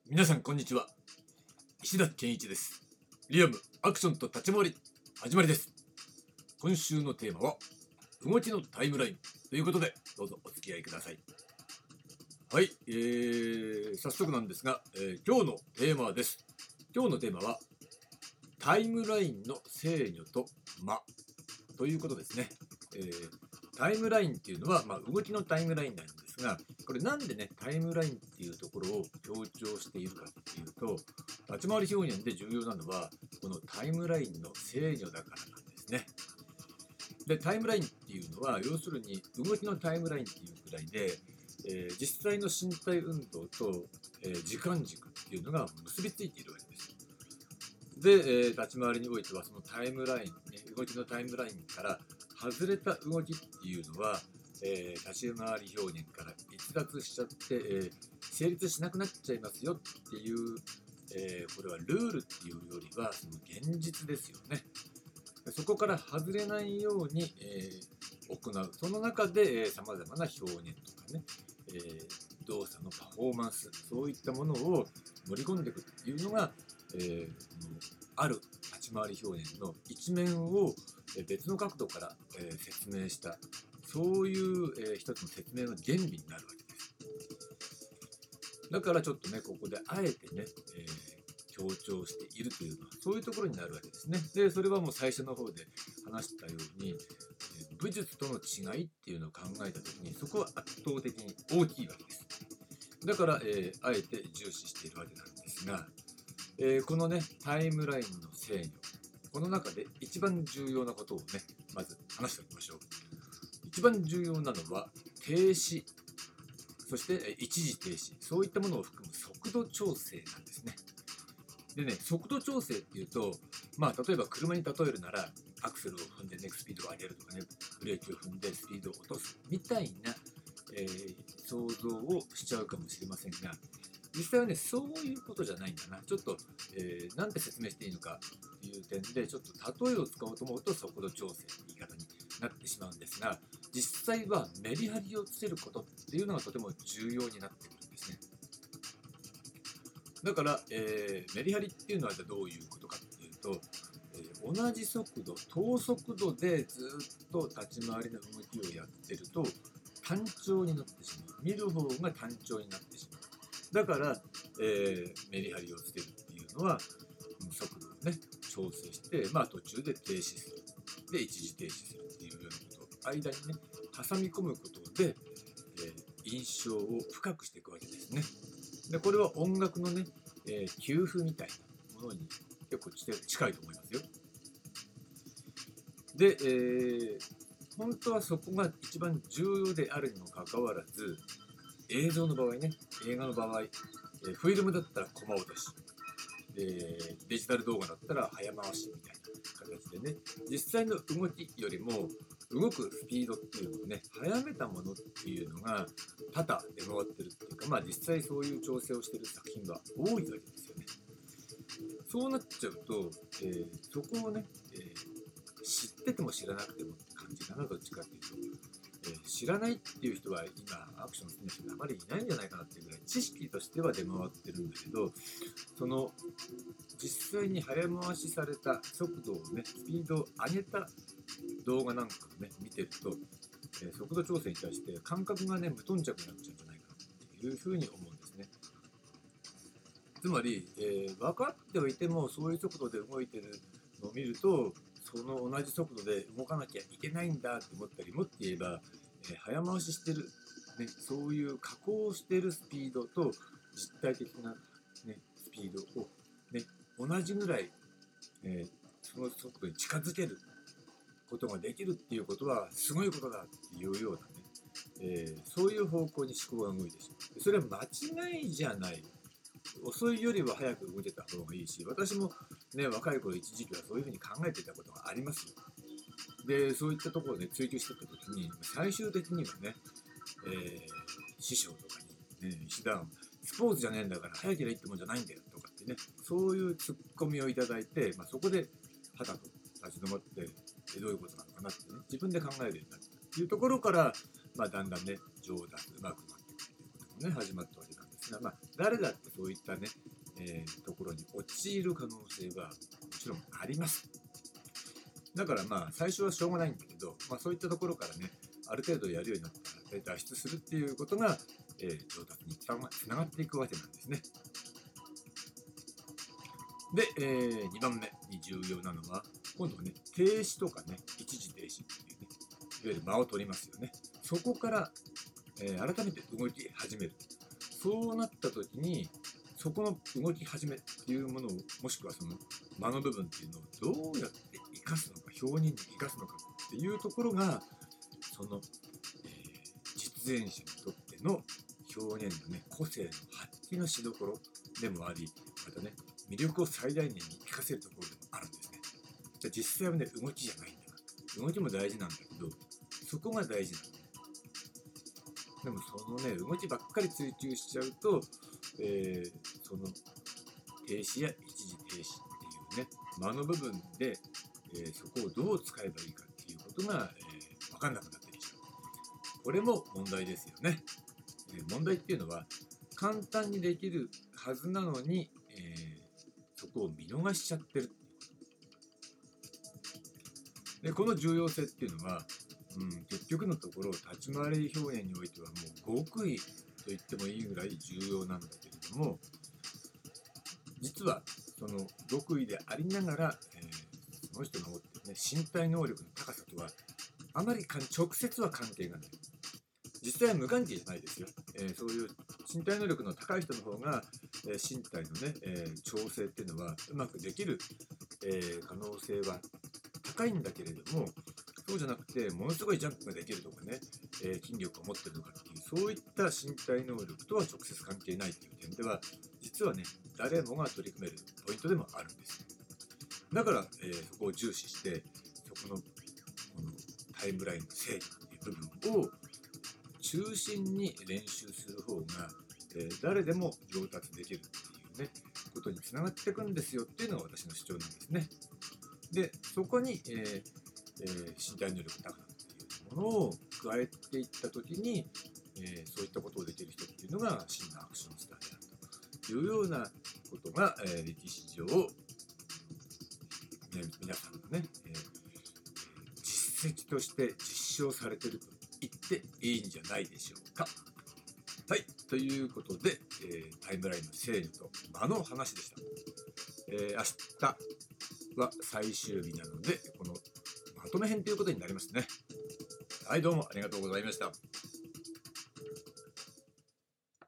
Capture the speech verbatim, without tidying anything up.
皆さんこんにちは。石田健一です。リアムアクションと立ち回り始まりです。今週のテーマは動きのタイムラインということで、どうぞお付き合いください。はい、えー、早速なんですが、えー、今日のテーマです。今日のテーマはタイムラインの制御と間ということですね。えータイムラインっていうのは、まあ、動きのタイムラインなんですが、これなんでね、タイムラインっていうところを強調しているかっていうと、立ち回り表現で重要なのは、このタイムラインの制御だからなんですね。で、タイムラインっていうのは、要するに動きのタイムラインっていうくらいで、えー実際の身体運動と、えー時間軸っていうのが結びついているわけです。で、えー立ち回りにおいては、そのタイムライン、ね、動きのタイムラインから外れた動きっていうのは、えー立ち回り表現から逸脱しちゃって、えー成立しなくなっちゃいますよっていう、えーこれはルールっていうよりは、その現実ですよね。そこから外れないように、えー行う。その中でさまざまな表現とかね、えー動作のパフォーマンス、そういったものを盛り込んでいくっていうのが、えーある立ち回り表現の一面を別の角度から、えー説明した、そういう、えー一つの説明の原理になるわけです。だからちょっとね、ここであえてね、えー強調しているというのは、そういうところになるわけですね。で、それはもう最初の方で話したように、えー武術との違いっていうのを考えたときに、そこは圧倒的に大きいわけです。だから、えーあえて重視しているわけなんですが、えーこのね、タイムラインの制御、この中で一番重要なことをね、まず話しておきましょう。一番重要なのは停止、そしてえー一時停止、そういったものを含む速度調整なんですね。でね、速度調整っていうと、まあ、例えば車に例えるなら、アクセルを踏んでね、スピードを上げるとかね、ブレーキを踏んでスピードを落とすみたいな、えー想像をしちゃうかもしれませんが、実際はね、そういうことじゃないんだな。ちょっと、えーなんて説明していいのかという点で、ちょっと例えを使おうと思うと速度調整という言い方になってしまうんですが、実際はメリハリをつけることっていうのがとても重要になってくるんですね。だから、えーメリハリっていうのはじゃあどういうことかっていうと、えー同じ速度、等速度でずっと立ち回りの動きをやってると単調になってしまう。見る方が単調になってしまう。だから、えーメリハリをつけるっていうのは、速度をね、調整して、まあ途中で停止する。で、一時停止するっていうようなことを間にね、挟み込むことで、えー印象を深くしていくわけですね。で、これは音楽のね、えー給付みたいなものに結構近いと思いますよ。で、えー本当はそこが一番重要であるにもかかわらず、映像の場合ね、映画の場合、えーフィルムだったらコマ落とし、でデジタル動画だったら早回しみたいな形でね、実際の動きよりも動くスピードっていうのをね、早めたものっていうのが多々出回ってるっていうか、まあ実際そういう調整をしてる作品が多いわけですよね。そうなっちゃうと、えーそこをね、えー知ってても知らなくてもって感じかな、どっちかっていうと。えー知らないっていう人は今、アクション好きな人があまりいないんじゃないかなっていうぐらい、知識としては出回ってるんだけど、その実際に早回しされた速度をね、スピードを上げた動画なんかをね、見てると、えー速度調整に対して感覚がね、無頓着になっちゃうんじゃないかなっていうふうに思うんですね。つまり、えー分かってはいても、そういう速度で動いてるのを見ると、その同じ速度で動かなきゃいけないんだって思ったり、もっと言えば、えー早回ししてる、ね、そういう加工してるスピードと実体的な、ね、スピードを、ね、同じぐらい、えーその速度に近づけることができるっていうことはすごいことだっていうようなね、えーそういう方向に思考が動いてしまう。それは間違いじゃない。遅いよりは早く動けた方がいいし、私もね、若い頃一時期はそういうふうに考えていたことがありますよ。で、そういったところをね、追求していった時に、最終的にはね、えー師匠とかに、ね、石段、スポーツじゃねえんだから早ければいいってもんじゃないんだよとかってね、そういうツッコミをいただいて、まあ、そこではたと立ち止まって、えどういうことなのかなってね、自分で考えるようになったっていうところから、まあ、だんだんね、上達、うまくなっていくっていうこともね、始まったわけなんですいうのは、まあ、誰だってそういったね、えーところに陥る可能性はもちろんあります。だからまあ最初はしょうがないんだけど、まあ、そういったところからねある程度やるようになったら脱出するっていうことが、えー、上達につながっていくわけなんですね。で、えー、にばんめに重要なのは今度はね停止とかね一時停止っていうねいわゆる間を取りますよね。そこから、えー、改めて動き始める。そうなった時にそこの動き始めっていうものをもしくはその間の部分っていうのをどうやって生かすのか表現に生かすのかっていうところがその、えー、実演者にとっての表現のね個性の発揮のしどころでもありまたね魅力を最大限に生かせるところでもあるんですね。で実際はね動きじゃないんだから動きも大事なんだけどそこが大事なの。でもそのね動きばっかり追求しちゃうと、えー、その停止や一時停止っていうね間の部分で、えー、そこをどう使えばいいかっていうことが、えー、分かんなくなってきちゃう。これも問題ですよね。えー、問題っていうのは簡単にできるはずなのに、えー、そこを見逃しちゃってる。でこの重要性っていうのはうん、結局のところ立ち回り表現においてはもう極意と言ってもいいぐらい重要なんだけれども実はその極意でありながら、えー、その人の持っている、ね、身体能力の高さとはあまりか直接は関係がない。実際は無関係じゃないですよ、えー、そういう身体能力の高い人の方が、えー、身体のね、えー、調整っていうのはうまくできる、えー、可能性は高いんだけれどもそうじゃなくてものすごいジャンプができるとかね、えー、筋力を持ってるとかっていうそういった身体能力とは直接関係ないという点では実はね誰もが取り組めるポイントでもあるんです。だから、えー、そこを重視してそこの、このタイムラインの整理っていう部分を中心に練習する方が、えー、誰でも上達できるっていうねことにつながっていくんですよっていうのが私の主張なんですね。でそこに、えーえー、身体能力高さっていうものを加えていった時に、えー、そういったことをできる人っていうのが真のアクションスターであるというようなことが、えー、歴史上、ね、皆さんのね、えー、実績として実証されていると言っていいんじゃないでしょうか。はい、ということで、えー、タイムラインの整理と間の話でした。えー、明日は最終日なのでこのまとめ編ということになりますね。はい、どうもありがとうございました。